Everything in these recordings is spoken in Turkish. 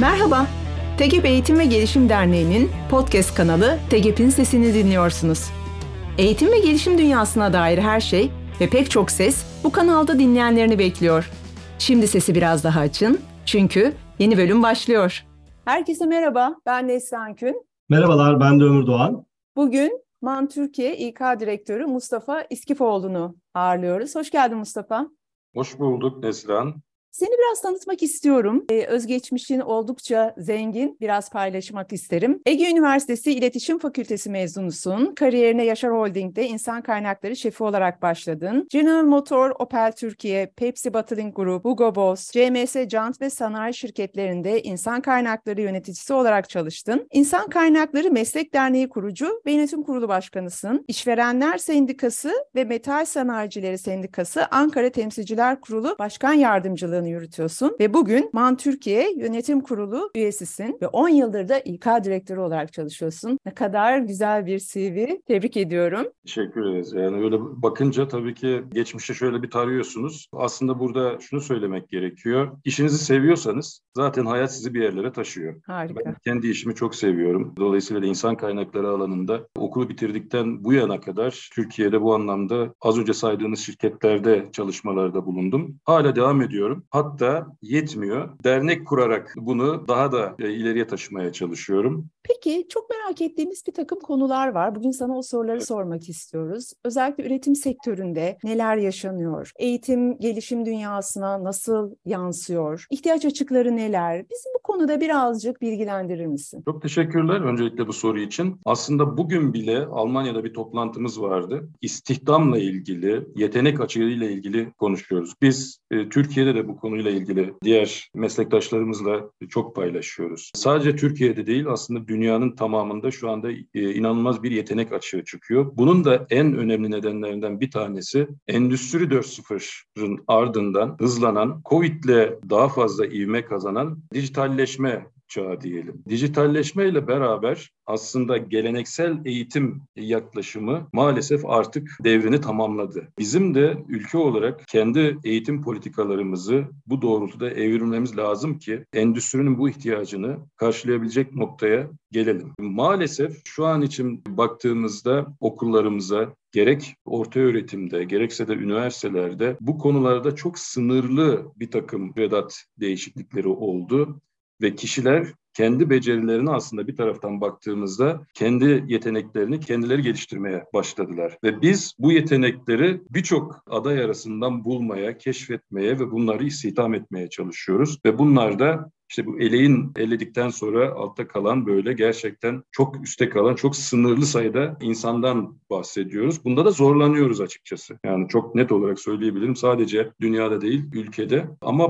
Merhaba, TEGEP Eğitim ve Gelişim Derneği'nin podcast kanalı TEGEP'in sesini dinliyorsunuz. Eğitim ve gelişim dünyasına dair her şey ve pek çok ses bu kanalda dinleyenlerini bekliyor. Şimdi sesi biraz daha açın çünkü yeni bölüm başlıyor. Herkese merhaba, ben Neslihan Kün. Merhabalar, ben de Ömür Doğan. Bugün MAN Türkiye İK Direktörü Mustafa İskifoğlu'nu ağırlıyoruz. Hoş geldin Mustafa. Hoş bulduk Neslihan. Seni biraz tanıtmak istiyorum. Özgeçmişin oldukça zengin, biraz paylaşmak isterim. Ege Üniversitesi İletişim Fakültesi mezunusun. Kariyerine Yaşar Holding'de insan kaynakları şefi olarak başladın. General Motor, Opel Türkiye, Pepsi Bottling Group, Hugo Boss, CMS Jant ve Sanayi şirketlerinde insan kaynakları yöneticisi olarak çalıştın. İnsan Kaynakları Meslek Derneği kurucu ve yönetim kurulu başkanısın. İşverenler Sendikası ve Metal Sanayicileri Sendikası Ankara Temsilciler Kurulu Başkan Yardımcılığı yürütüyorsun ve bugün MAN Türkiye Yönetim Kurulu üyesisin ve 10 yıldır da İK direktörü olarak çalışıyorsun. Ne kadar güzel bir CV. Tebrik ediyorum. Teşekkür ederiz. Yani öyle bakınca tabii ki geçmişte şöyle bir tarıyorsunuz. Aslında burada şunu söylemek gerekiyor. İşinizi seviyorsanız zaten hayat sizi bir yerlere taşıyor. Harika. Ben kendi işimi çok seviyorum. Dolayısıyla da insan kaynakları alanında okulu bitirdikten bu yana kadar Türkiye'de bu anlamda az önce saydığınız şirketlerde çalışmalarda bulundum. Hala devam ediyorum. Hatta yetmiyor. Dernek kurarak bunu daha da ileriye taşımaya çalışıyorum. Peki, çok merak ettiğimiz bir takım konular var. Bugün sana o soruları sormak istiyoruz. Özellikle üretim sektöründe neler yaşanıyor? Eğitim, gelişim dünyasına nasıl yansıyor? İhtiyaç açıkları neler? Bizi bu konuda birazcık bilgilendirir misin? Çok teşekkürler öncelikle bu soru için. Aslında bugün bile Almanya'da bir toplantımız vardı. İstihdamla ilgili, yetenek açığıyla ilgili konuşuyoruz. Biz Türkiye'de de bu konuyla ilgili diğer meslektaşlarımızla çok paylaşıyoruz. Sadece Türkiye'de değil, aslında dünyanın tamamında şu anda inanılmaz bir yetenek açığı çıkıyor. Bunun da en önemli nedenlerinden bir tanesi Endüstri 4.0'ın ardından hızlanan, Covid'le daha fazla ivme kazanan dijitalleşme çağı diyelim. Dijitalleşme ile beraber aslında geleneksel eğitim yaklaşımı maalesef artık devrini tamamladı. Bizim de ülke olarak kendi eğitim politikalarımızı bu doğrultuda evirmemiz lazım ki endüstrinin bu ihtiyacını karşılayabilecek noktaya gelelim. Maalesef şu an için baktığımızda okullarımıza gerek orta öğretimde gerekse de üniversitelerde bu konularda çok sınırlı bir takım müfredat değişiklikleri oldu. Ve kişiler kendi becerilerini aslında bir taraftan baktığımızda kendi yeteneklerini kendileri geliştirmeye başladılar. Ve biz bu yetenekleri birçok aday arasından bulmaya, keşfetmeye ve bunları istihdam etmeye çalışıyoruz. Ve bunlar da İşte bu eleğin elledikten sonra altta kalan böyle gerçekten çok üstte kalan çok sınırlı sayıda insandan bahsediyoruz. Bunda da zorlanıyoruz açıkçası. Yani çok net olarak söyleyebilirim. Sadece dünyada değil, ülkede. Ama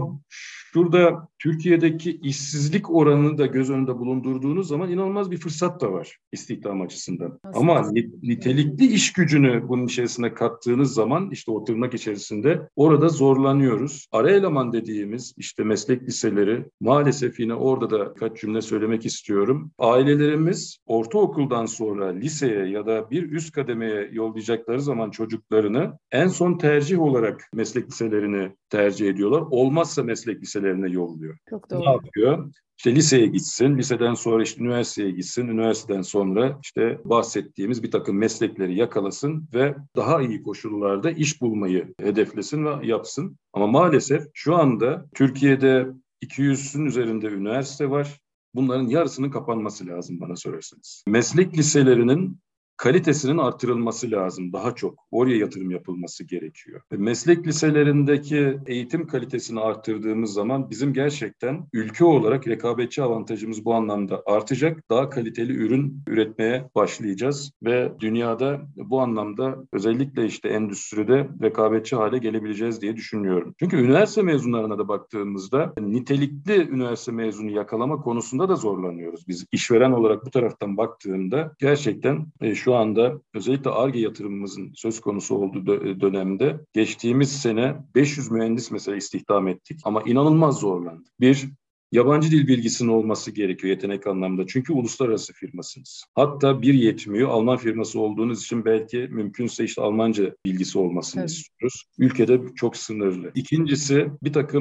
şurada Türkiye'deki işsizlik oranını da göz önünde bulundurduğunuz zaman inanılmaz bir fırsat da var istihdam açısından. Aslında. Ama nitelikli iş gücünü bunun içerisine kattığınız zaman işte o tırnak içerisinde orada zorlanıyoruz. Ara eleman dediğimiz işte meslek liseleri maalesef yine orada da birkaç cümle söylemek istiyorum. Ailelerimiz ortaokuldan sonra liseye ya da bir üst kademeye yollayacakları zaman çocuklarını en son tercih olarak meslek liselerini tercih ediyorlar. Olmazsa meslek liselerine yolluyor. Çok Ne doğru. yapıyor? İşte liseye gitsin, liseden sonra işte üniversiteye gitsin, üniversiteden sonra işte bahsettiğimiz bir takım meslekleri yakalasın ve daha iyi koşullarda iş bulmayı hedeflesin ve yapsın. Ama maalesef şu anda Türkiye'de 200'ün üzerinde üniversite var. Bunların yarısının kapanması lazım bana sorarsanız. Meslek liselerinin kalitesinin artırılması lazım daha çok. Oraya yatırım yapılması gerekiyor. Meslek liselerindeki eğitim kalitesini arttırdığımız zaman bizim gerçekten ülke olarak rekabetçi avantajımız bu anlamda artacak. Daha kaliteli ürün üretmeye başlayacağız ve dünyada bu anlamda özellikle işte endüstride rekabetçi hale gelebileceğiz diye düşünüyorum. Çünkü üniversite mezunlarına da baktığımızda nitelikli üniversite mezunu yakalama konusunda da zorlanıyoruz. Biz işveren olarak bu taraftan baktığımda gerçekten şu anda özellikle Ar-Ge yatırımımızın söz konusu olduğu dönemde geçtiğimiz sene 500 mühendis mesela istihdam ettik ama inanılmaz zorlandık. Bir, yabancı dil bilgisinin olması gerekiyor yetenek anlamda. Çünkü uluslararası firmasınız. Hatta bir yetmiyor. Alman firması olduğunuz için belki mümkünse işte Almanca bilgisi olmasını istiyoruz. Ülkede çok sınırlı. İkincisi bir takım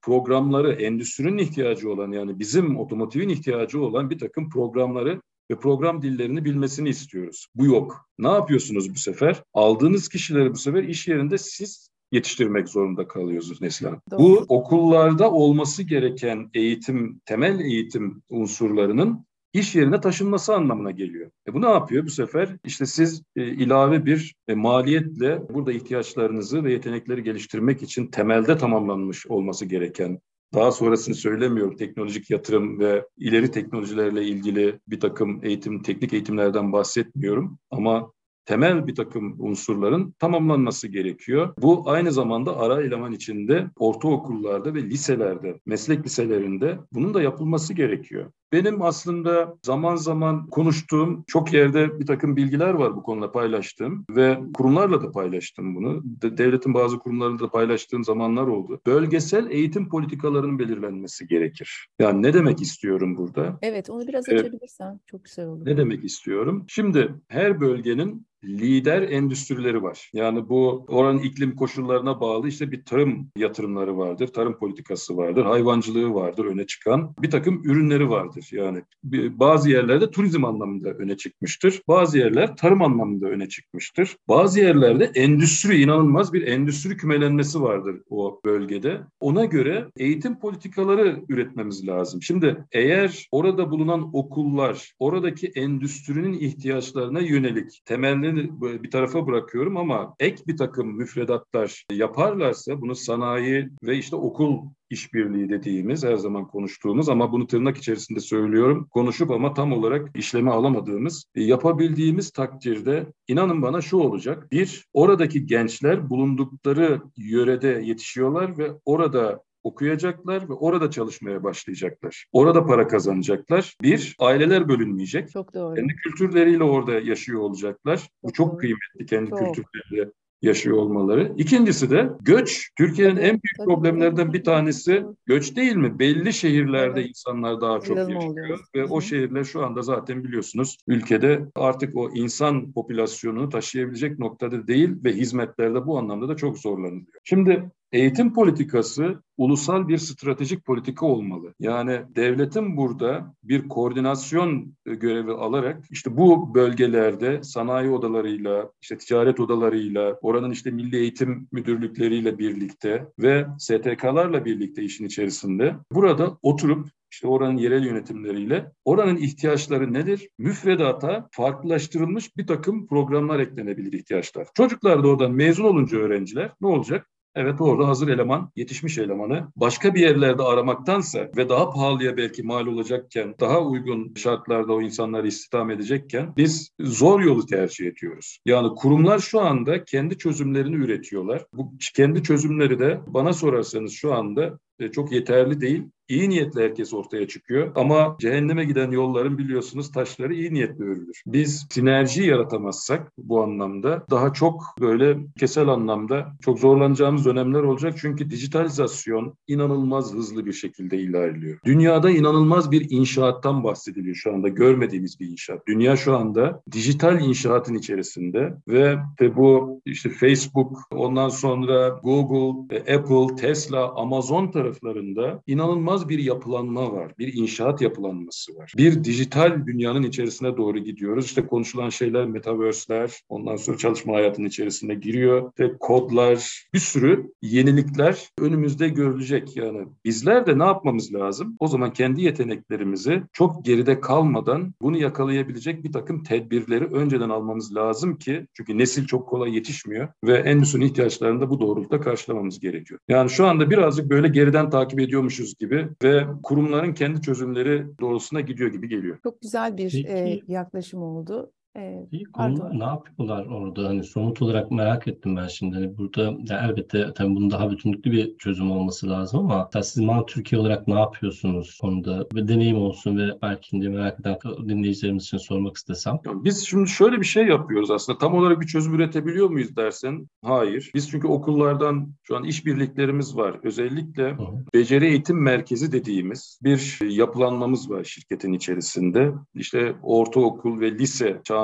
programları, endüstrinin ihtiyacı olan, yani bizim otomotivin ihtiyacı olan bir takım programları ve program dillerini bilmesini istiyoruz. Bu yok. Ne yapıyorsunuz bu sefer? Aldığınız kişileri bu sefer iş yerinde siz yetiştirmek zorunda kalıyorsunuz Neslihan. Doğru. Bu okullarda olması gereken eğitim, temel eğitim unsurlarının iş yerine taşınması anlamına geliyor. Bu ne yapıyor bu sefer? İşte siz ilave bir maliyetle burada ihtiyaçlarınızı ve yetenekleri geliştirmek için temelde tamamlanmış olması gereken, daha sonrasını söylemiyorum, teknolojik yatırım ve ileri teknolojilerle ilgili bir takım eğitim, teknik eğitimlerden bahsetmiyorum ama temel bir takım unsurların tamamlanması gerekiyor. Bu aynı zamanda ara eleman içinde ortaokullarda ve liselerde, meslek liselerinde bunun da yapılması gerekiyor. Benim aslında zaman zaman konuştuğum, çok yerde bir takım bilgiler var bu konuda paylaştığım ve kurumlarla da paylaştım bunu. Devletin bazı kurumlarında da paylaştığım zamanlar oldu. Bölgesel eğitim politikalarının belirlenmesi gerekir. Yani ne demek istiyorum burada? Evet, onu biraz açabilirsen çok güzel olur. Ne demek istiyorum? Şimdi her bölgenin lider endüstrileri var. Yani bu oranın iklim koşullarına bağlı işte bir tarım yatırımları vardır, tarım politikası vardır, hayvancılığı vardır öne çıkan. Bir takım ürünleri vardır. Yani bazı yerlerde turizm anlamında öne çıkmıştır. Bazı yerler tarım anlamında öne çıkmıştır. Bazı yerlerde endüstri, inanılmaz bir endüstri kümelenmesi vardır o bölgede. Ona göre eğitim politikaları üretmemiz lazım. Şimdi eğer orada bulunan okullar, oradaki endüstrinin ihtiyaçlarına yönelik temelli bir tarafa bırakıyorum ama ek bir takım müfredatlar yaparlarsa bunu sanayi ve işte okul işbirliği dediğimiz, her zaman konuştuğumuz ama bunu tırnak içerisinde söylüyorum, konuşup ama tam olarak işleme alamadığımız, yapabildiğimiz takdirde inanın bana şu olacak. Bir, oradaki gençler bulundukları yörede yetişiyorlar ve orada okuyacaklar ve orada çalışmaya başlayacaklar. Orada para kazanacaklar. Bir, aileler bölünmeyecek. Çok doğru. Kendi kültürleriyle orada yaşıyor olacaklar. Bu çok doğru. kıymetli, kendi Çok. kültürleriyle yaşıyor olmaları. İkincisi de göç. Türkiye'nin en büyük problemlerden bir tanesi göç değil mi? Belli şehirlerde insanlar daha çok Yayılma yaşıyor oluyor. ve o şehirler şu anda zaten biliyorsunuz ülkede artık o insan popülasyonunu taşıyabilecek noktada değil ve hizmetlerde bu anlamda da çok zorlanılıyor. Şimdi eğitim politikası ulusal bir stratejik politika olmalı. Yani devletin burada bir koordinasyon görevi alarak işte bu bölgelerde sanayi odalarıyla, işte ticaret odalarıyla, oranın işte milli eğitim müdürlükleriyle birlikte ve STK'larla birlikte işin içerisinde burada oturup İşte oranın yerel yönetimleriyle oranın ihtiyaçları nedir? Müfredata farklılaştırılmış bir takım programlar eklenebilir ihtiyaçlar. Çocuklar da oradan mezun olunca öğrenciler ne olacak? Evet orada hazır eleman, yetişmiş elemanı başka bir yerlerde aramaktansa ve daha pahalıya belki mal olacakken, daha uygun şartlarda o insanları istihdam edecekken biz zor yolu tercih ediyoruz. Yani kurumlar şu anda kendi çözümlerini üretiyorlar. Bu kendi çözümleri de bana sorarsanız şu anda çok yeterli değil. İyi niyetli herkes ortaya çıkıyor ama cehenneme giden yolların biliyorsunuz taşları iyi niyetle örülür. Biz sinerji yaratamazsak bu anlamda daha çok böyle kesel anlamda çok zorlanacağımız dönemler olacak. Çünkü dijitalizasyon inanılmaz hızlı bir şekilde ilerliyor. Dünyada inanılmaz bir inşaattan bahsediliyor şu anda, görmediğimiz bir inşaat. Dünya şu anda dijital inşaatın içerisinde ve bu işte Facebook, ondan sonra Google, Apple, Tesla, Amazon taraflarında inanılmaz bir yapılanma var. Bir inşaat yapılanması var. Bir dijital dünyanın içerisine doğru gidiyoruz. İşte konuşulan şeyler metaverse'ler, ondan sonra çalışma hayatının içerisine giriyor. Ve kodlar, bir sürü yenilikler önümüzde görülecek. Yani bizler de ne yapmamız lazım? O zaman kendi yeteneklerimizi çok geride kalmadan bunu yakalayabilecek bir takım tedbirleri önceden almamız lazım ki, çünkü nesil çok kolay yetişmiyor ve endüstrinin ihtiyaçlarını da bu doğrultuda karşılamamız gerekiyor. Yani şu anda birazcık böyle geriden takip ediyormuşuz gibi ve kurumların kendi çözümleri doğrultusunda gidiyor gibi geliyor. Çok güzel bir Peki, yaklaşım oldu. kurumlar Pardon. ne yapıyorlar orada? Hani somut olarak merak ettim ben şimdi. Hani burada ya elbette tabii bunun daha bütünlüklü bir çözüm olması lazım ama siz Türkiye olarak ne yapıyorsunuz konuda? Bir deneyim olsun ve belki şimdi merak eden dinleyicilerimiz için sormak istesem. Yani biz şimdi şöyle bir şey yapıyoruz aslında. Tam olarak bir çözüm üretebiliyor muyuz dersen? Hayır. Biz çünkü okullardan şu an işbirliklerimiz var. Özellikle beceri eğitim merkezi dediğimiz bir yapılanmamız var şirketin içerisinde. İşte ortaokul ve lise çağında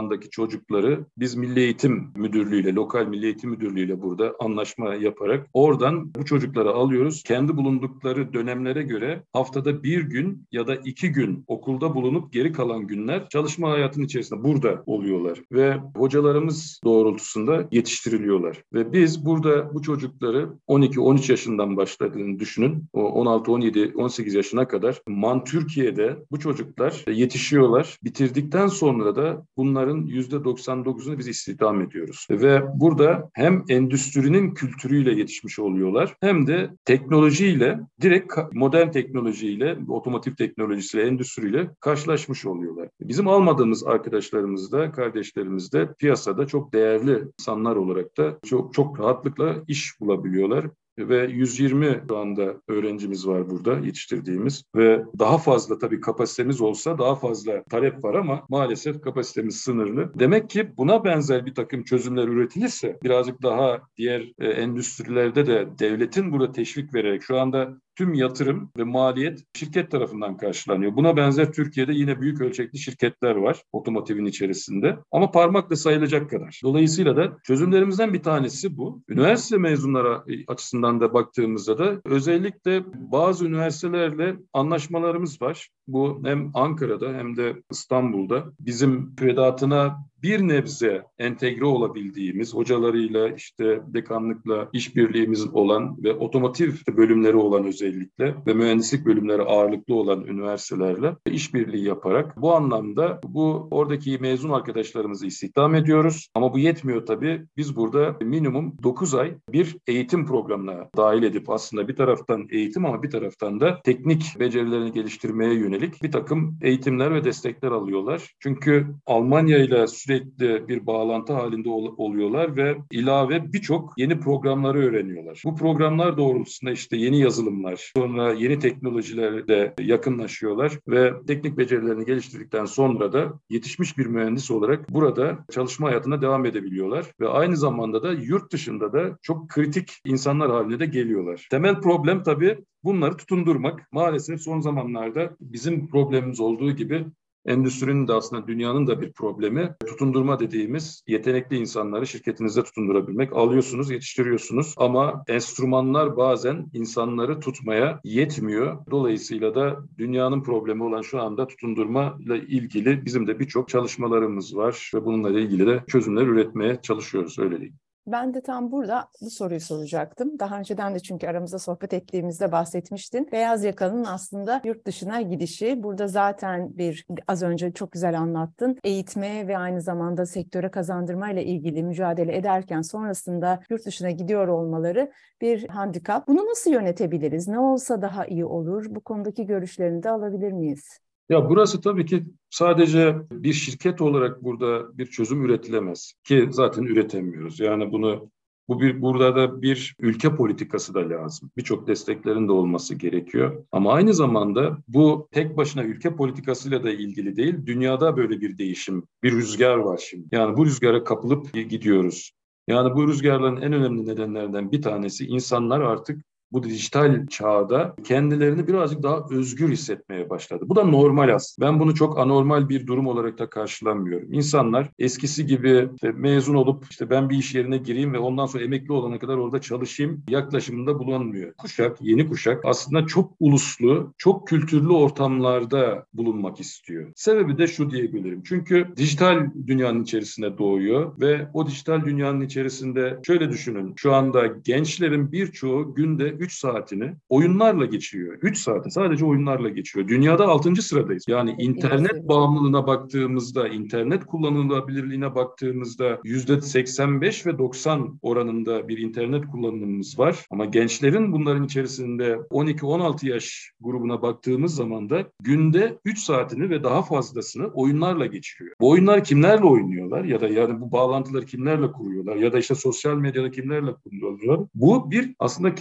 alandaki çocukları biz Milli Eğitim Müdürlüğü ile, lokal Milli Eğitim Müdürlüğü ile burada anlaşma yaparak oradan bu çocukları alıyoruz. Kendi bulundukları dönemlere göre haftada 1 gün ya da 2 gün okulda bulunup geri kalan günler çalışma hayatının içerisinde burada oluyorlar. Ve hocalarımız doğrultusunda yetiştiriliyorlar. Ve biz burada bu çocukları 12-13 yaşından başladığını düşünün. O 16, 17, 18 yaşına kadar Türkiye'de bu çocuklar yetişiyorlar. Bitirdikten sonra da bunların %99'unu biz istihdam ediyoruz. Ve burada hem endüstrinin kültürüyle yetişmiş oluyorlar hem de teknolojiyle, direkt modern teknolojiyle, otomotiv teknolojisiyle, endüstriyle karşılaşmış oluyorlar. Bizim almadığımız arkadaşlarımız da, kardeşlerimiz de piyasada çok değerli insanlar olarak da çok rahatlıkla iş bulabiliyorlar. Ve 120 şu anda öğrencimiz var burada yetiştirdiğimiz ve daha fazla tabii kapasitemiz olsa daha fazla talep var ama maalesef kapasitemiz sınırlı. Demek ki buna benzer bir takım çözümler üretilirse birazcık daha diğer endüstrilerde de devletin burada teşvik vererek şu anda tüm yatırım ve maliyet şirket tarafından karşılanıyor. Buna benzer Türkiye'de yine büyük ölçekli şirketler var otomotivin içerisinde ama parmakla sayılacak kadar. Dolayısıyla da çözümlerimizden bir tanesi bu. Üniversite mezunları açısından da baktığımızda da özellikle bazı üniversitelerle anlaşmalarımız var. Bu hem Ankara'da hem de İstanbul'da bizim müfredatına bir nebze entegre olabildiğimiz, hocalarıyla işte dekanlıkla işbirliğimiz olan ve otomotiv bölümleri olan özellikle ve mühendislik bölümleri ağırlıklı olan üniversitelerle işbirliği yaparak bu anlamda oradaki mezun arkadaşlarımızı istihdam ediyoruz. Ama bu yetmiyor tabii. Biz burada minimum 9 ay bir eğitim programına dahil edip aslında bir taraftan eğitim ama bir taraftan da teknik becerilerini geliştirmeye yönelik bir takım eğitimler ve destekler alıyorlar. Çünkü Almanya ile sürekli bir bağlantı halinde oluyorlar ve ilave birçok yeni programları öğreniyorlar. Bu programlar doğrultusunda işte yeni yazılımlar, sonra yeni teknolojilerle yakınlaşıyorlar ve teknik becerilerini geliştirdikten sonra da yetişmiş bir mühendis olarak burada çalışma hayatına devam edebiliyorlar ve aynı zamanda da yurt dışında da çok kritik insanlar haline de geliyorlar. Temel problem tabii bunları tutundurmak. Maalesef son zamanlarda bizim problemimiz olduğu gibi endüstrinin de aslında dünyanın da bir problemi. Tutundurma dediğimiz yetenekli insanları şirketinizde tutundurabilmek. Alıyorsunuz, yetiştiriyorsunuz ama enstrümanlar bazen insanları tutmaya yetmiyor. Dolayısıyla da dünyanın problemi olan şu anda tutundurma ile ilgili bizim de birçok çalışmalarımız var ve bununla ilgili de çözümler üretmeye çalışıyoruz, öyle diyeyim. Ben de tam burada bu soruyu soracaktım. Daha önceden de çünkü aramızda sohbet ettiğimizde bahsetmiştin. Beyaz yakalının aslında yurt dışına gidişi. Burada zaten az önce çok güzel anlattın. Eğitme ve aynı zamanda sektöre kazandırma ile ilgili mücadele ederken sonrasında yurt dışına gidiyor olmaları bir handikap. Bunu nasıl yönetebiliriz? Ne olsa daha iyi olur? Bu konudaki görüşlerini de alabilir miyiz? Ya burası tabii ki sadece bir şirket olarak burada bir çözüm üretilemez ki zaten üretemiyoruz. Yani burada da bir ülke politikası da lazım. Birçok desteklerin de olması gerekiyor. Ama aynı zamanda bu tek başına ülke politikasıyla da ilgili değil. Dünyada böyle bir değişim, bir rüzgar var şimdi. Yani bu rüzgara kapılıp gidiyoruz. Yani bu rüzgarların en önemli nedenlerinden bir tanesi insanlar artık bu dijital çağda kendilerini birazcık daha özgür hissetmeye başladı. Bu da normal aslında. Ben bunu çok anormal bir durum olarak da karşılamıyorum. İnsanlar eskisi gibi mezun olup ben bir iş yerine gireyim ve ondan sonra emekli olana kadar orada çalışayım yaklaşımında bulunmuyor. Yeni kuşak aslında çok uluslu, çok kültürlü ortamlarda bulunmak istiyor. Sebebi de şu diyebilirim. Çünkü dijital dünyanın içerisinde doğuyor ve o dijital dünyanın içerisinde şöyle düşünün. Şu anda gençlerin birçoğu günde 3 saatini oyunlarla geçiriyor. 3 saati sadece oyunlarla geçiyor. Dünyada 6. sıradayız. Yani internet bağımlılığına baktığımızda, internet kullanılabilirliğine baktığımızda %85 ve 90 oranında bir internet kullanımımız var. Ama gençlerin bunların içerisinde 12-16 yaş grubuna baktığımız zaman da günde 3 saatini ve daha fazlasını oyunlarla geçiriyor. Bu oyunlar kimlerle oynuyorlar ya da yani bu bağlantıları kimlerle kuruyorlar ya da sosyal medyada kimlerle kuruyorlar? Bu aslında kendilerini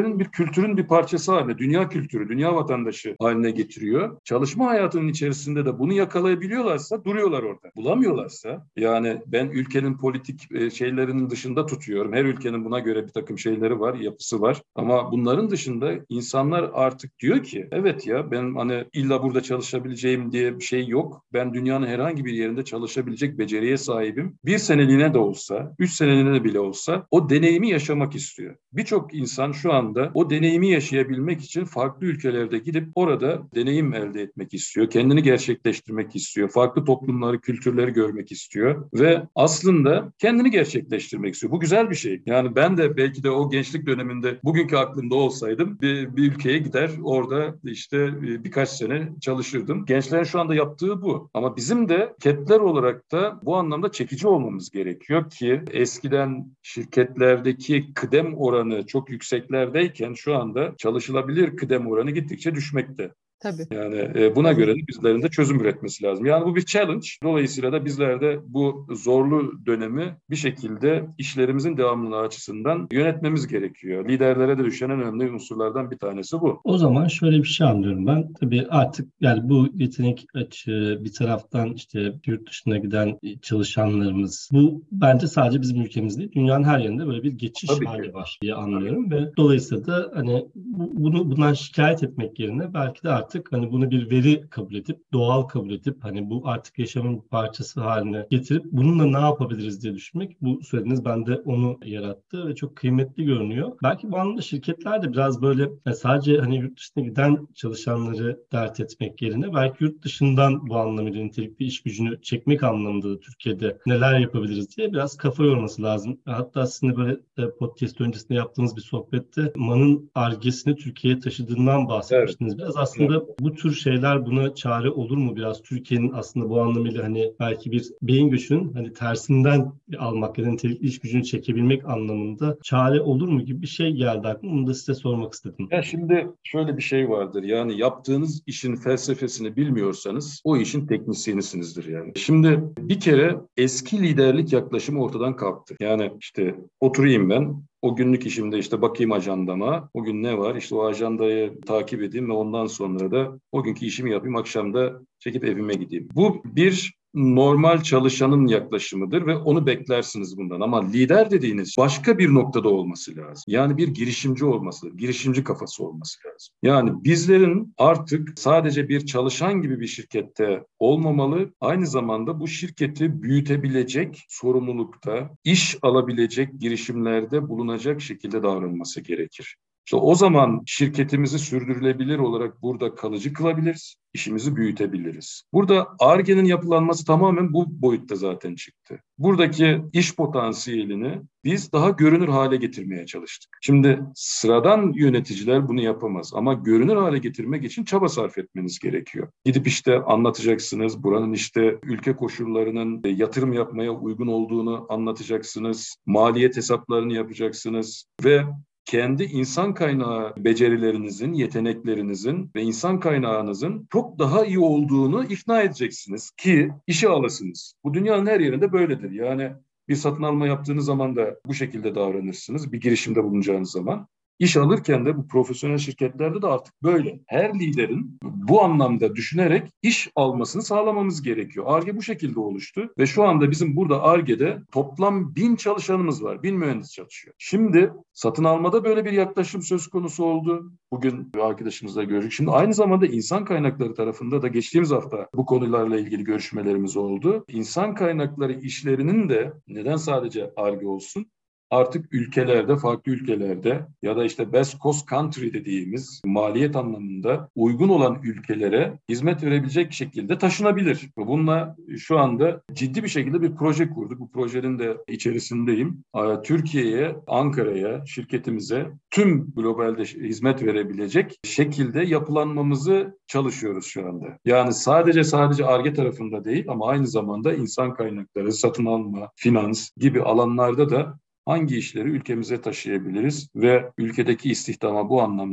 kendilerinin bir kültürün bir parçası haline, dünya kültürü, dünya vatandaşı haline getiriyor. Çalışma hayatının içerisinde de bunu yakalayabiliyorlarsa duruyorlar orada. Bulamıyorlarsa, yani ben ülkenin politik şeylerinin dışında tutuyorum. Her ülkenin buna göre bir takım şeyleri var, yapısı var. Ama bunların dışında insanlar artık diyor ki evet ya, ben hani illa burada çalışabileceğim diye bir şey yok. Ben dünyanın herhangi bir yerinde çalışabilecek beceriye sahibim. Bir seneliğine de olsa, 3 seneliğine de bile olsa o deneyimi yaşamak istiyor. Birçok insan şu anda o deneyimi yaşayabilmek için farklı ülkelerde gidip orada deneyim elde etmek istiyor. Kendini gerçekleştirmek istiyor. Farklı toplumları, kültürleri görmek istiyor ve aslında kendini gerçekleştirmek istiyor. Bu güzel bir şey. Yani ben de belki de o gençlik döneminde bugünkü aklımda olsaydım bir ülkeye gider, orada işte birkaç sene çalışırdım. Gençlerin şu anda yaptığı bu. Ama bizim de şirketler olarak da bu anlamda çekici olmamız gerekiyor ki eskiden şirketlerdeki kıdem oranı çok yükseklerdeyken şu anda çalışılabilir kıdem oranı gittikçe düşmekte. Tabii. Yani buna Tabii. göre de bizlerin de çözüm üretmesi lazım. Yani bu bir challenge. Dolayısıyla da bizler de bu zorlu dönemi bir şekilde işlerimizin devamlılığı açısından yönetmemiz gerekiyor. Liderlere de düşen en önemli unsurlardan bir tanesi bu. O zaman şöyle bir şey anlıyorum ben. Tabii artık yani bu yetenek açığı bir taraftan işte yurt dışına giden çalışanlarımız, bu bence sadece bizim ülkemizde değil, dünyanın her yerinde böyle bir geçiş Tabii hali ki. var diye anlıyorum ve dolayısıyla da hani bundan şikayet etmek yerine belki de artık hani bunu bir veri kabul edip, doğal kabul edip hani bu artık yaşamın bir parçası haline getirip bununla ne yapabiliriz diye düşünmek, bu söylediğiniz bende onu yarattı ve çok kıymetli görünüyor. Belki bu anlamda şirketler de biraz böyle yani sadece hani yurt dışına giden çalışanları dert etmek yerine belki yurt dışından bu anlamıyla nitelikli iş gücünü çekmek anlamında da Türkiye'de neler yapabiliriz diye biraz kafa yorması lazım. Hatta aslında böyle podcast öncesinde yaptığımız bir sohbette MAN'ın Ar-Ge'sini Türkiye'ye taşıdığından Evet. bahsetmiştiniz. Biraz Evet. aslında bu tür şeyler buna çare olur mu? Biraz Türkiye'nin aslında bu anlamıyla hani belki bir beyin göçünün hani tersinden almak ya da nitelikli iş gücünü çekebilmek anlamında çare olur mu gibi bir şey geldi aklıma. Onu da size sormak istedim. Ya şimdi şöyle bir şey vardır. Yani yaptığınız işin felsefesini bilmiyorsanız o işin teknisyeninizdir yani. Şimdi bir kere eski liderlik yaklaşımı ortadan kalktı. Yani işte oturayım ben, o günlük işimde işte bakayım ajandama. O gün ne var? İşte o ajandayı takip edeyim ve ondan sonra da o günkü işimi yapayım. Akşamda çekip evime gideyim. Bu bir normal çalışanın yaklaşımıdır ve onu beklersiniz bundan. Ama lider dediğiniz başka bir noktada olması lazım. Yani bir girişimci olması, girişimci kafası olması lazım. Yani bizlerin artık sadece bir çalışan gibi bir şirkette olmamalı, aynı zamanda bu şirketi büyütebilecek sorumlulukta, iş alabilecek girişimlerde bulunacak şekilde davranması gerekir. İşte o zaman şirketimizi sürdürülebilir olarak burada kalıcı kılabiliriz, işimizi büyütebiliriz. Burada Ar-Ge'nin yapılanması tamamen bu boyutta zaten çıktı. Buradaki iş potansiyelini biz daha görünür hale getirmeye çalıştık. Şimdi sıradan yöneticiler bunu yapamaz ama görünür hale getirmek için çaba sarf etmeniz gerekiyor. Gidip işte anlatacaksınız, buranın işte ülke koşullarının yatırım yapmaya uygun olduğunu anlatacaksınız, maliyet hesaplarını yapacaksınız ve kendi insan kaynağı becerilerinizin, yeteneklerinizin ve insan kaynağınızın çok daha iyi olduğunu ikna edeceksiniz ki işe alasınız. Bu dünyanın her yerinde böyledir. Yani bir satın alma yaptığınız zaman da bu şekilde davranırsınız. Bir girişimde bulunacağınız zaman. İş alırken de bu profesyonel şirketlerde de artık böyle. Her liderin bu anlamda düşünerek iş almasını sağlamamız gerekiyor. Ar-Ge bu şekilde oluştu ve şu anda bizim burada Ar-Ge'de toplam 1000 çalışanımız var. 1000 mühendis çalışıyor. Şimdi satın almada böyle bir yaklaşım söz konusu oldu. Bugün bir arkadaşımızla gördük. Şimdi aynı zamanda insan kaynakları tarafında da geçtiğimiz hafta bu konularla ilgili görüşmelerimiz oldu. İnsan kaynakları işlerinin de neden sadece Ar-Ge olsun? Artık ülkelerde, farklı ülkelerde ya da işte best cost country dediğimiz maliyet anlamında uygun olan ülkelere hizmet verebilecek şekilde taşınabilir. Bununla şu anda ciddi bir şekilde bir proje kurduk. Bu projenin de içerisindeyim. Türkiye'ye, Ankara'ya, şirketimize tüm globalde hizmet verebilecek şekilde yapılanmamızı çalışıyoruz şu anda. Yani sadece Ar-Ge tarafında değil ama aynı zamanda insan kaynakları, satın alma, finans gibi alanlarda da hangi işleri ülkemize taşıyabiliriz ve ülkedeki istihdama bu anlamda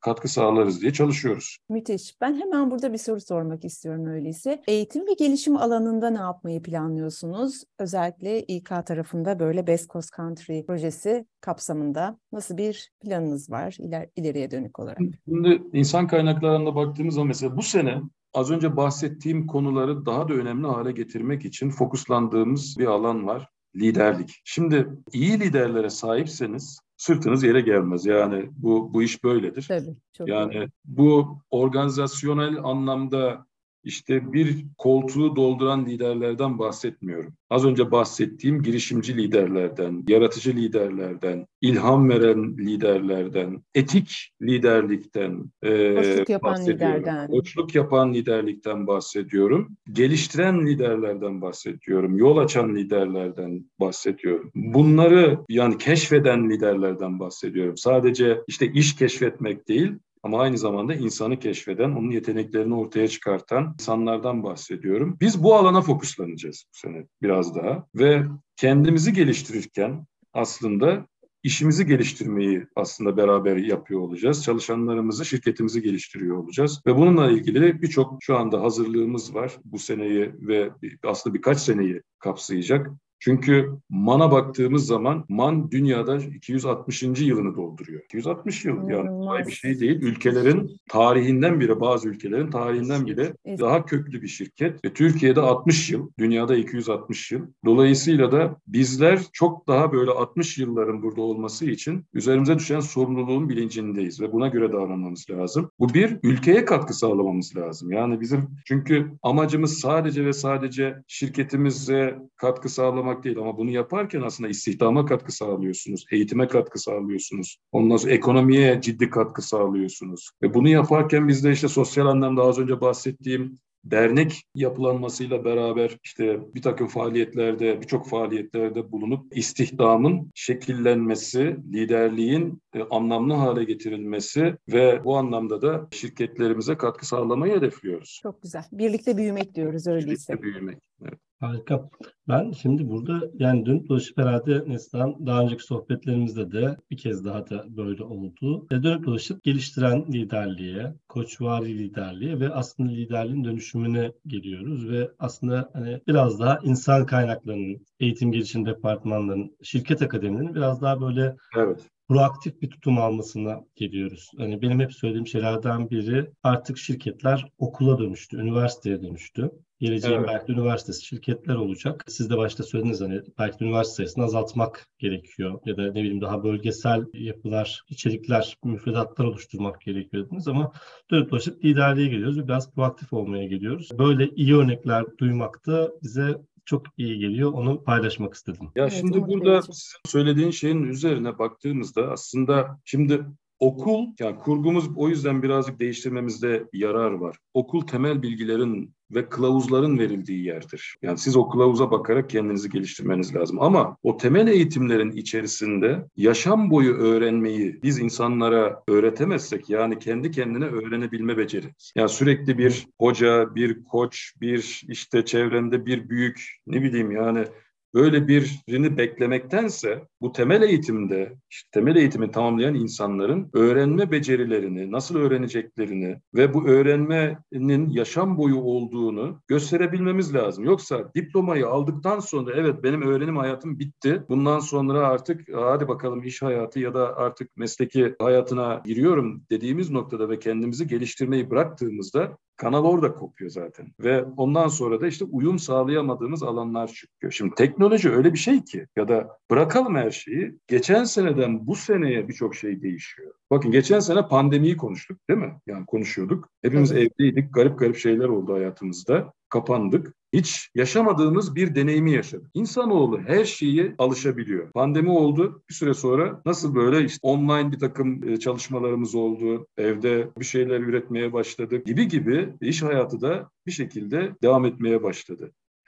katkı sağlarız diye çalışıyoruz. Müthiş. Ben hemen burada bir soru sormak istiyorum öyleyse. Eğitim ve gelişim alanında ne yapmayı planlıyorsunuz? Özellikle İK tarafında böyle Best Coast Country projesi kapsamında nasıl bir planınız var ileriye dönük olarak? Şimdi insan kaynaklarına baktığımız zaman mesela bu sene az önce bahsettiğim konuları daha da önemli hale getirmek için fokuslandığımız bir alan var. Liderlik. Şimdi iyi liderlere sahipseniz sırtınız yere gelmez. Yani bu iş böyledir. Tabii, çok Yani doğru. bu organizasyonel anlamda işte bir koltuğu dolduran liderlerden bahsetmiyorum. Az önce bahsettiğim girişimci liderlerden, yaratıcı liderlerden, ilham veren liderlerden, etik liderlikten Koçluk yapan bahsediyorum. liderden. Koçluk yapan liderlikten bahsediyorum. Geliştiren liderlerden bahsediyorum. Yol açan liderlerden bahsediyorum. Bunları yani keşfeden liderlerden bahsediyorum. Sadece işte iş keşfetmek değil, ama aynı zamanda insanı keşfeden, onun yeteneklerini ortaya çıkartan insanlardan bahsediyorum. Biz bu alana fokuslanacağız bu sene biraz daha ve kendimizi geliştirirken aslında işimizi geliştirmeyi aslında beraber yapıyor olacağız. Çalışanlarımızı, şirketimizi geliştiriyor olacağız ve bununla ilgili birçok şu anda hazırlığımız var. Bu seneyi ve aslında birkaç seneyi kapsayacak. Çünkü MAN'a baktığımız zaman MAN dünyada 260. yılını dolduruyor. 260 yıl yani kolay bir İnanılmaz. şey değil. Ülkelerin tarihinden bile, bazı ülkelerin tarihinden bile Eski. daha köklü bir şirket. Türkiye'de 60 yıl, dünyada 260 yıl. Dolayısıyla da bizler çok daha böyle 60 yılların burada olması için üzerimize düşen sorumluluğun bilincindeyiz ve buna göre davranmamız lazım. Bu bir, ülkeye katkı sağlamamız lazım. Yani bizim çünkü amacımız sadece ve sadece şirketimize katkı sağlamak değil ama bunu yaparken aslında istihdama katkı sağlıyorsunuz, eğitime katkı sağlıyorsunuz, ondan sonra ekonomiye ciddi katkı sağlıyorsunuz. Ve bunu yaparken biz de işte sosyal anlamda az önce bahsettiğim dernek yapılanmasıyla beraber işte bir takım faaliyetlerde, birçok faaliyetlerde bulunup istihdamın şekillenmesi, liderliğin anlamlı hale getirilmesi ve bu anlamda da şirketlerimize katkı sağlamayı hedefliyoruz. Çok güzel. Birlikte büyümek diyoruz öyleyse. Birlikte büyümek. Evet. Harika. Ben şimdi burada yani dönüp dolaşıp herhalde Neslihan daha önceki sohbetlerimizde de bir kez daha da böyle oldu. Dönüp dolaşıp geliştiren liderliğe, koçvari liderliğe ve aslında liderliğin dönüşümüne geliyoruz ve aslında hani biraz daha insan kaynaklarının, eğitim gelişim departmanlarının, şirket akademilerinin biraz daha böyle Evet. proaktif bir tutum almasına geliyoruz. Hani benim hep söylediğim şeylerden biri artık şirketler okula dönüştü, üniversiteye dönüştü. Geleceğin Evet. belki de üniversitesi şirketler olacak. Siz de başta söylediniz hani belki de üniversite sayısını azaltmak gerekiyor ya da ne bileyim daha bölgesel yapılar, içerikler, müfredatlar oluşturmak gerekiyor dediniz ama dönüp dolaşıp liderliğe geliyoruz ve biraz proaktif olmaya geliyoruz. Böyle iyi örnekler duymak da bize çok iyi geliyor. Onu paylaşmak istedim. Ya Evet, şimdi umut burada verici. sizin söylediğin şeyin üzerine baktığımızda aslında şimdi okul, yani kurgumuz o yüzden birazcık değiştirmemizde yarar var. Okul temel bilgilerin ve kılavuzların verildiği yerdir. Yani siz o kılavuza bakarak kendinizi geliştirmeniz lazım. Ama o temel eğitimlerin içerisinde yaşam boyu öğrenmeyi biz insanlara öğretemezsek, yani kendi kendine öğrenebilme becerisi. Yani sürekli bir hoca, bir koç, bir işte çevrende bir büyük, ne bileyim yani böyle birini beklemektense bu temel eğitimde, işte temel eğitimi tamamlayan insanların öğrenme becerilerini, nasıl öğreneceklerini ve bu öğrenmenin yaşam boyu olduğunu gösterebilmemiz lazım. Yoksa diplomayı aldıktan sonra evet benim öğrenim hayatım bitti. Bundan sonra artık hadi bakalım iş hayatı ya da artık mesleki hayatına giriyorum dediğimiz noktada ve kendimizi geliştirmeyi bıraktığımızda kanal orada kopuyor zaten. Ve ondan sonra da işte uyum sağlayamadığımız alanlar çıkıyor. Şimdi teknoloji öyle bir şey ki ya da bırakalım her şeyi. Geçen seneden bu seneye birçok şey değişiyor. Bakın geçen sene pandemiyi konuştuk değil mi? Yani konuşuyorduk. Hepimiz Evet. evdeydik. Garip garip şeyler oldu hayatımızda. Kapandık. Hiç yaşamadığımız bir deneyimi yaşadık. İnsanoğlu her şeyi alışabiliyor. Pandemi oldu. Bir süre sonra nasıl böyle işte online bir takım çalışmalarımız oldu. Evde bir şeyler üretmeye başladık gibi gibi iş hayatı da bir şekilde devam etmeye başladı.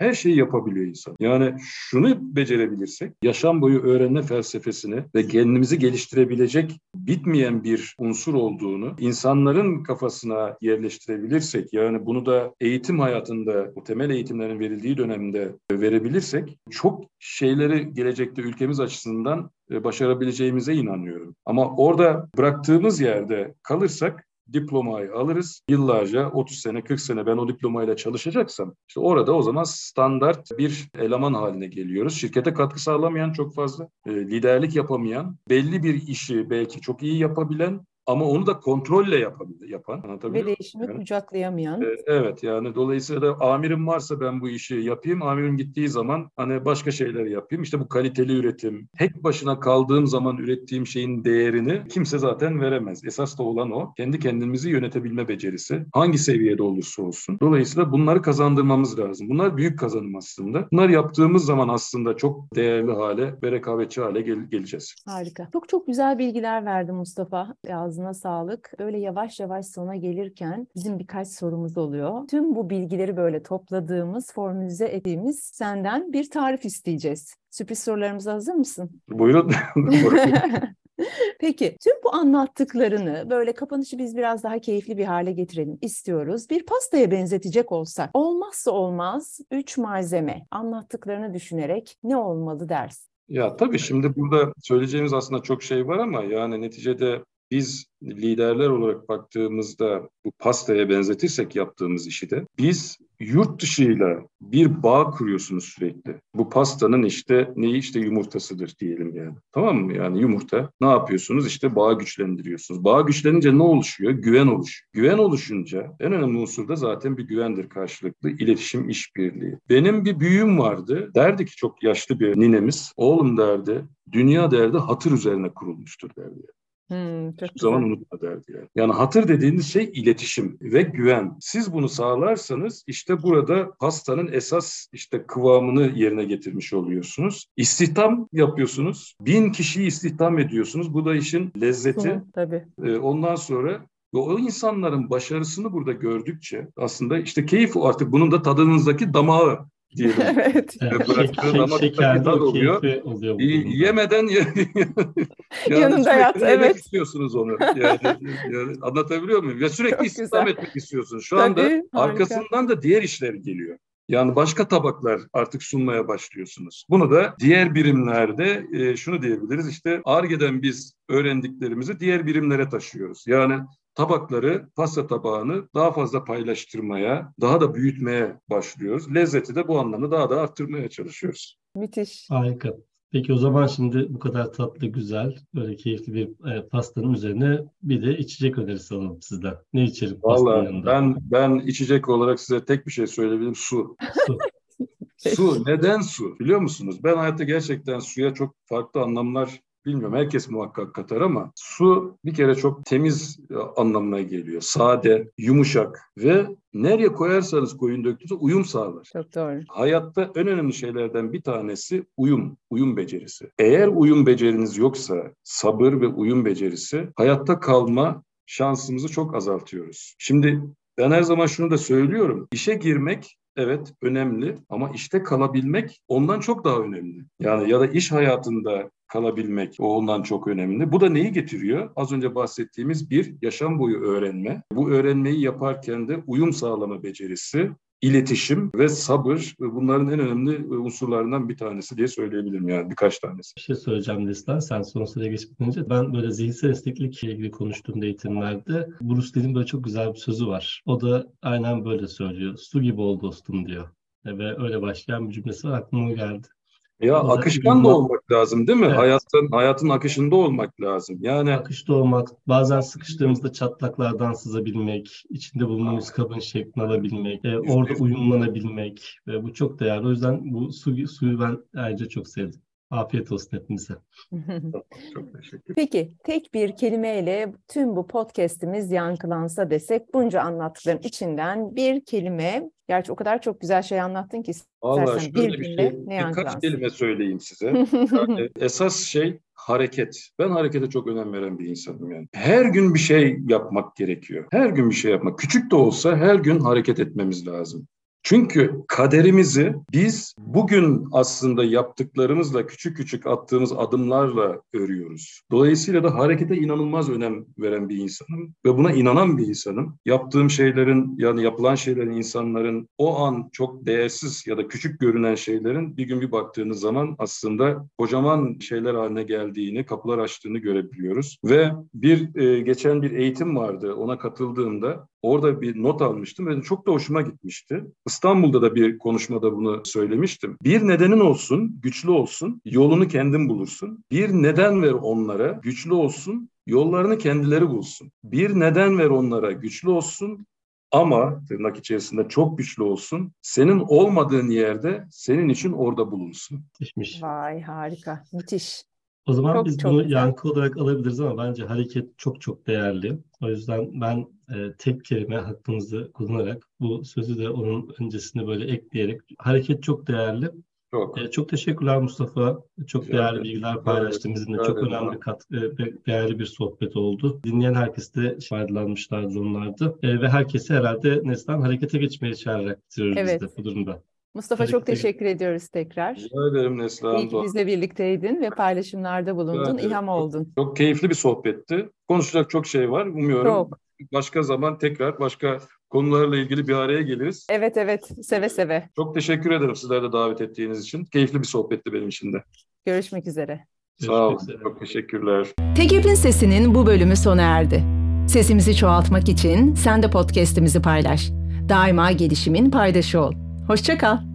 Her şeyi yapabiliyor insan. Yani şunu becerebilirsek, yaşam boyu öğrenme felsefesini ve kendimizi geliştirebilecek bitmeyen bir unsur olduğunu insanların kafasına yerleştirebilirsek, yani bunu da eğitim hayatında, bu temel eğitimlerin verildiği dönemde verebilirsek, çok şeyleri gelecekte ülkemiz açısından başarabileceğimize inanıyorum. Ama orada bıraktığımız yerde kalırsak diplomayı alırız. Yıllarca 30 sene 40 sene ben o diplomayla çalışacaksam işte orada o zaman standart bir eleman haline geliyoruz. Şirkete katkı sağlamayan çok fazla, liderlik yapamayan, belli bir işi belki çok iyi yapabilen ama onu da kontrolle yapan. Ve Anlatabiliyor muyum? değişimi Yani, kucaklayamayan. evet, yani dolayısıyla da amirim varsa ben bu işi yapayım. Amirim gittiği zaman hani başka şeyler yapayım. İşte bu kaliteli üretim. Tek başına kaldığım zaman ürettiğim şeyin değerini kimse zaten veremez. Esas da olan o. Kendi kendimizi yönetebilme becerisi. Hangi seviyede olursa olsun. Dolayısıyla bunları kazandırmamız lazım. Bunlar büyük kazanım aslında. Bunlar yaptığımız zaman aslında çok değerli hale ve rekabetçi hale geleceğiz. Harika. Çok çok güzel bilgiler verdi Mustafa. Ağzına sağlık. Öyle yavaş yavaş sona gelirken bizim birkaç sorumuz oluyor. Tüm bu bilgileri böyle topladığımız, formülize ettiğimiz senden bir tarif isteyeceğiz. Sürpriz sorularımıza hazır mısın? Buyurun. Peki, tüm bu anlattıklarını böyle kapanışı biz biraz daha keyifli bir hale getirelim istiyoruz. Bir pastaya benzetecek olsak, olmazsa olmaz 3 malzeme anlattıklarını düşünerek ne olmalı dersin? Ya tabii şimdi burada söyleyeceğimiz aslında çok şey var ama yani neticede biz liderler olarak baktığımızda bu pastaya benzetirsek yaptığımız işi de biz yurt dışıyla bir bağ kuruyorsunuz sürekli. Bu pastanın işte neyi işte yumurtasıdır diyelim yani. Tamam mı? Yani yumurta ne yapıyorsunuz? İşte bağı güçlendiriyorsunuz. Bağ güçlenince ne oluşuyor? Güven oluşuyor. Güven oluşunca en önemli unsur da zaten bir güvendir karşılıklı. İletişim, işbirliği. Benim bir büyüğüm vardı. Derdi ki çok yaşlı bir ninemiz. Oğlum derdi, dünya derdi hatır üzerine kurulmuştur derdi. Çok Hiçbir zaman güzel. unutma derdi yani. Yani hatır dediğiniz şey iletişim ve güven. Siz bunu sağlarsanız işte burada pastanın esas işte kıvamını yerine getirmiş oluyorsunuz. İstihdam yapıyorsunuz. 1000 kişiyi istihdam ediyorsunuz. Bu da işin lezzeti. Tabii. Ondan sonra ve o insanların başarısını burada gördükçe aslında işte keyif artık bunun da tadınızdaki damağı diyelim. Evet. Bıraktığın damaktaki Şekerde tad o oluyor. keyfi oluyor bu durumda. Yemeden yani Yanında yat, sürekli yemek evet. istiyorsunuz onu. Yani anlatabiliyor muyum? Ya sürekli Çok istihdam güzel. etmek istiyorsunuz. Şu anda Tabii, harika. arkasından da diğer işler geliyor. Yani başka tabaklar artık sunmaya başlıyorsunuz. Bunu da diğer birimlerde şunu diyebiliriz. İşte Ar-Ge'den biz öğrendiklerimizi diğer birimlere taşıyoruz. Yani tabakları, pasta tabağını daha fazla paylaştırmaya, daha da büyütmeye başlıyoruz. Lezzeti de bu anlamda daha da arttırmaya çalışıyoruz. Müthiş. Harika. Peki o zaman şimdi bu kadar tatlı, güzel, böyle keyifli bir pastanın üzerine bir de içecek önerisi alalım sizden. Ne içerim pastanın Vallahi yanında? ben içecek olarak size tek bir şey söyleyebilirim. Su. Su. Su. Neden su? Biliyor musunuz? Ben hayatta gerçekten suya çok farklı anlamlar bilmiyorum. Herkes muhakkak katar ama su bir kere çok temiz anlamına geliyor. Sade, yumuşak ve nereye koyarsanız koyun döktüğünüzde uyum sağlar. Çok doğru. Hayatta en önemli şeylerden bir tanesi uyum becerisi. Eğer uyum beceriniz yoksa sabır ve uyum becerisi hayatta kalma şansımızı çok azaltıyoruz. Şimdi ben her zaman şunu da söylüyorum. İşe girmek evet önemli ama işte kalabilmek ondan çok daha önemli. Yani ya da iş hayatında kalabilmek o ondan çok önemli. Bu da neyi getiriyor? Az önce bahsettiğimiz bir yaşam boyu öğrenme. Bu öğrenmeyi yaparken de uyum sağlama becerisi, İletişim ve sabır bunların en önemli unsurlarından bir tanesi diye söyleyebilirim yani birkaç tanesi. Bir şey söyleyeceğim Neslihan. Sen son sıraya geçmeden önce ben böyle zihinsel esneklikle ilgili konuştuğumda eğitimlerde Bruce Lee'nin böyle çok güzel bir sözü var. O da aynen böyle söylüyor. Su gibi ol dostum diyor. Ve öyle başlayan bir cümlesi var. Aklıma o geldi. Ya O da akışkan da olmak lazım değil mi? Evet. Hayatın akışında olmak lazım. Yani Akışta olmak, bazen sıkıştığımızda çatlaklardan sızabilmek, içinde bulunduğumuz kabın şeklini alabilmek, orada uyumlanabilmek ve bu çok değerli. O yüzden bu suyu ben ayrıca çok sevdim. Afiyet olsun hepimize. çok teşekkür ederim. Peki, tek bir kelimeyle tüm bu podcast'imiz yankılansa desek, bunca anlattıkların içinden bir kelime, gerçi o kadar çok güzel şey anlattın ki Vallahi istersen şöyle bir bir cümle şey, ne birkaç yankılansın? kelime söyleyeyim size. Yani esas şey hareket. Ben harekete çok önem veren bir insanım yani. Her gün bir şey yapmak gerekiyor. Her gün bir şey yapmak. Küçük de olsa her gün hareket etmemiz lazım. Çünkü kaderimizi biz bugün aslında yaptıklarımızla, küçük küçük attığımız adımlarla örüyoruz. Dolayısıyla da harekete inanılmaz önem veren bir insanım ve buna inanan bir insanım. Yaptığım şeylerin, yani yapılan şeylerin, insanların o an çok değersiz ya da küçük görünen şeylerin bir gün bir baktığınız zaman aslında kocaman şeyler haline geldiğini, kapılar açtığını görebiliyoruz. Ve geçen bir eğitim vardı, ona katıldığımda orada bir not almıştım ve çok da hoşuma gitmişti. İstanbul'da da bir konuşmada bunu söylemiştim. Bir nedenin olsun, güçlü olsun, yolunu kendin bulursun. Bir neden ver onlara, güçlü olsun, yollarını kendileri bulsun. Bir neden ver onlara, güçlü olsun ama tırnak içerisinde çok güçlü olsun. Senin olmadığın yerde senin için orada bulunsun. Müthişmiş. Vay, harika, müthiş. O zaman Çok biz çok bunu güzel. yankı olarak alabiliriz ama bence hareket çok çok değerli. O yüzden ben tek kelime hakkınızı kullanarak bu sözü de onun öncesine böyle ekleyerek hareket çok değerli. Çok. Çok teşekkürler Mustafa. Çok Rica değerli ederim. bilgiler Rica paylaştın ederim. bizimle. Rica Çok ederim. önemli değerli bir sohbet oldu. Dinleyen herkes de faydalanmışlardı onlardı. Ve herkesi herhalde Neslihan harekete geçmeye çağırarak bitiriyoruz biz Evet. de bu durumda. Mustafa, çok Harekete teşekkür ediyoruz tekrar. Rica ederim Neslihan. İyi ki bizle birlikteydin ve paylaşımlarda bulundun, ederim. ilham oldun. Çok keyifli bir sohbetti. Konuşacak çok şey var. Umuyorum Çok. başka zaman tekrar başka konularla ilgili bir araya geliriz. Evet, seve seve. Çok teşekkür ederim sizler de davet ettiğiniz için. Keyifli bir sohbetti benim için de. Görüşmek üzere. Sağ olun. Görüşmek üzere. Çok teşekkürler. TGEP'in Sesi'nin bu bölümü sona erdi. Sesimizi çoğaltmak için sen de podcast'imizi paylaş. Daima gelişimin paydaşı ol. Hoşça kal.